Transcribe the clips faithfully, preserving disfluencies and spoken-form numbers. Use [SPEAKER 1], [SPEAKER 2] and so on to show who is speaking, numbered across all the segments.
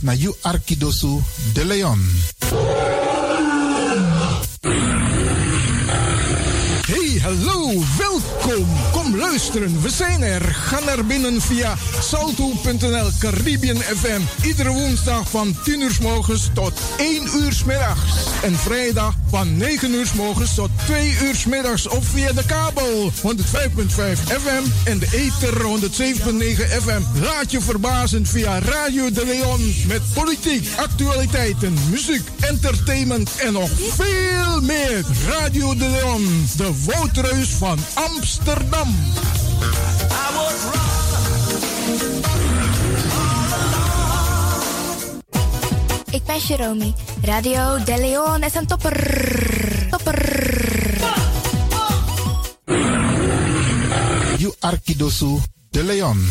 [SPEAKER 1] na you Arkidosu de Leon.
[SPEAKER 2] Hey, hallo, welkom. Kom luisteren, we zijn er. Ga naar binnen via salto punt n l Caribbean F M. Iedere woensdag van tien uur 's morgens tot één uur 's middags. En vrijdag van negen uur 's morgens tot twee uur 's middags. Of via de kabel honderdvijf komma vijf F M en de ether honderdzeven komma negen F M. Laat je verbazen via Radio de Leon. Met politiek, actualiteiten, muziek, entertainment en nog veel meer. Radio de Leon, de Woudreus van Amsterdam.
[SPEAKER 3] Ik ben Jerome. Radio de Leon is een topper. Topper.
[SPEAKER 1] You Arkidosu de Leon.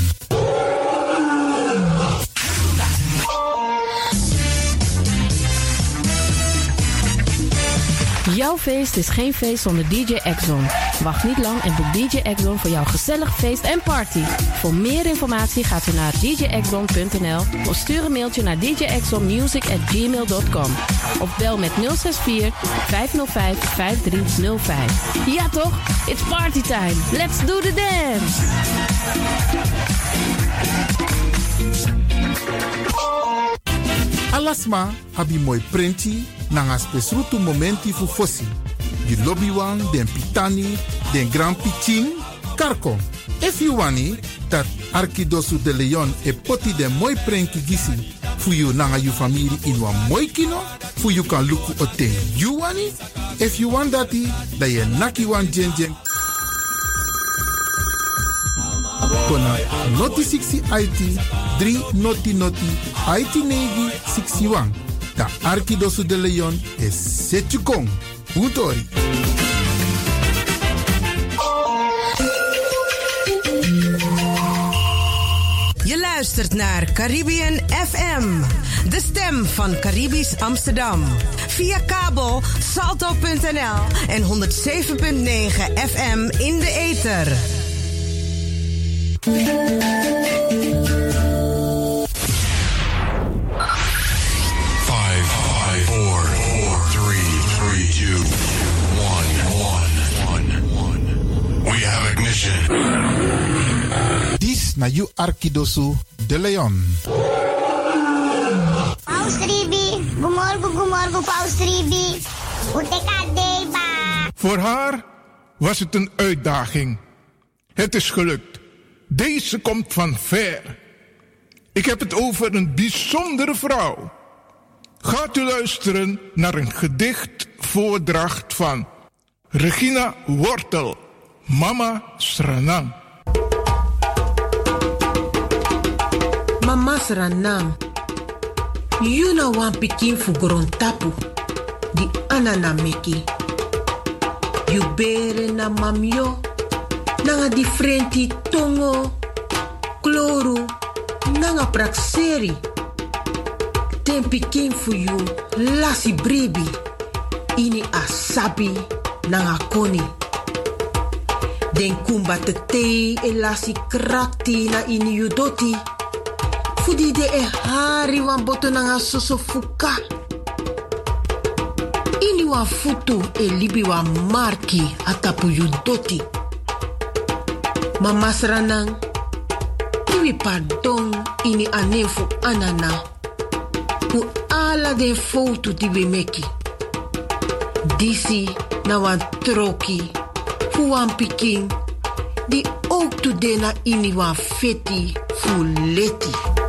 [SPEAKER 4] Jouw feest is geen feest zonder D J Exxon. Wacht niet lang en boek D J Exxon voor jouw gezellig feest en party. Voor meer informatie gaat u naar d j exxon punt n l of stuur een mailtje naar d j exxon music at gmail dot com. Of bel met nul zes vier vijf nul vijf vijf drie nul vijf. Ja toch? It's party time. Let's do the dance.
[SPEAKER 1] Alasma abi moi prenti nanga spesrutu momenti fu fossi. You lobby wan, den pitani, den grand pitin, karko. If you wani, dat Arkidosu de Leon e poti den moi prenki gisi. Fu you nanga you family in wan moi kino, fu you kan luku ote you wani. If you want dati, da ye naki wan jen jen. Kona noti sixty I T, three noti noti, I T negi sixty-one. Da Arkidosu de Leon is Setjukong. Utori.
[SPEAKER 5] Je luistert naar Caribbean F M, de stem van Caribisch Amsterdam. Via kabel salto punt n l en honderdzeven komma negen F M in de ether.
[SPEAKER 6] Five, five, four, four, three, three, two, one, one, one. We have ignition.
[SPEAKER 1] Dis na you Arkidosu de Leon.
[SPEAKER 7] Paus Ribi, gumorgo, gumorgo, Paus Ribi. Utekadeba.
[SPEAKER 2] Voor haar was het een uitdaging. Het is gelukt. Deze komt van ver. Ik heb het over een bijzondere vrouw. Gaat u luisteren naar een gedichtvoordracht van Regina Wortel, Mama Sranang.
[SPEAKER 8] Mama Sranang, you na wan pikin fu grontapu, di anana meki. You bere na mamyo, nanga differenti tongo, kloru, nanga prakseri. Ten pikin fu you lasi bribi, ini asabi nanga koni. Den kumba te te e lasi krakti na ini you doti. Fudi de e hari wan boto nanga soso fuka. Ini wan futu e libi wan marki atapu you doti. Mama Sranang, iwi pardon ini anefu anana. Pu ala de foto di we meki. Disi na wan troki. Fu wan pikin. Di ook tu de na ini wan feti fu leti.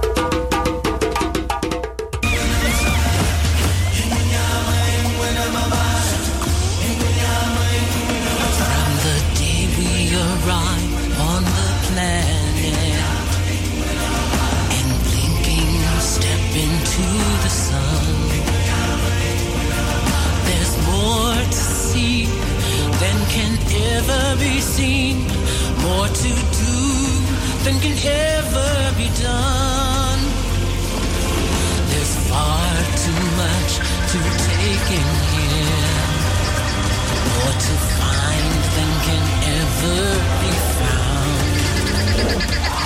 [SPEAKER 9] Ever be seen, more to do than can ever be done. There's far too much to take in here, more to find than can ever be found.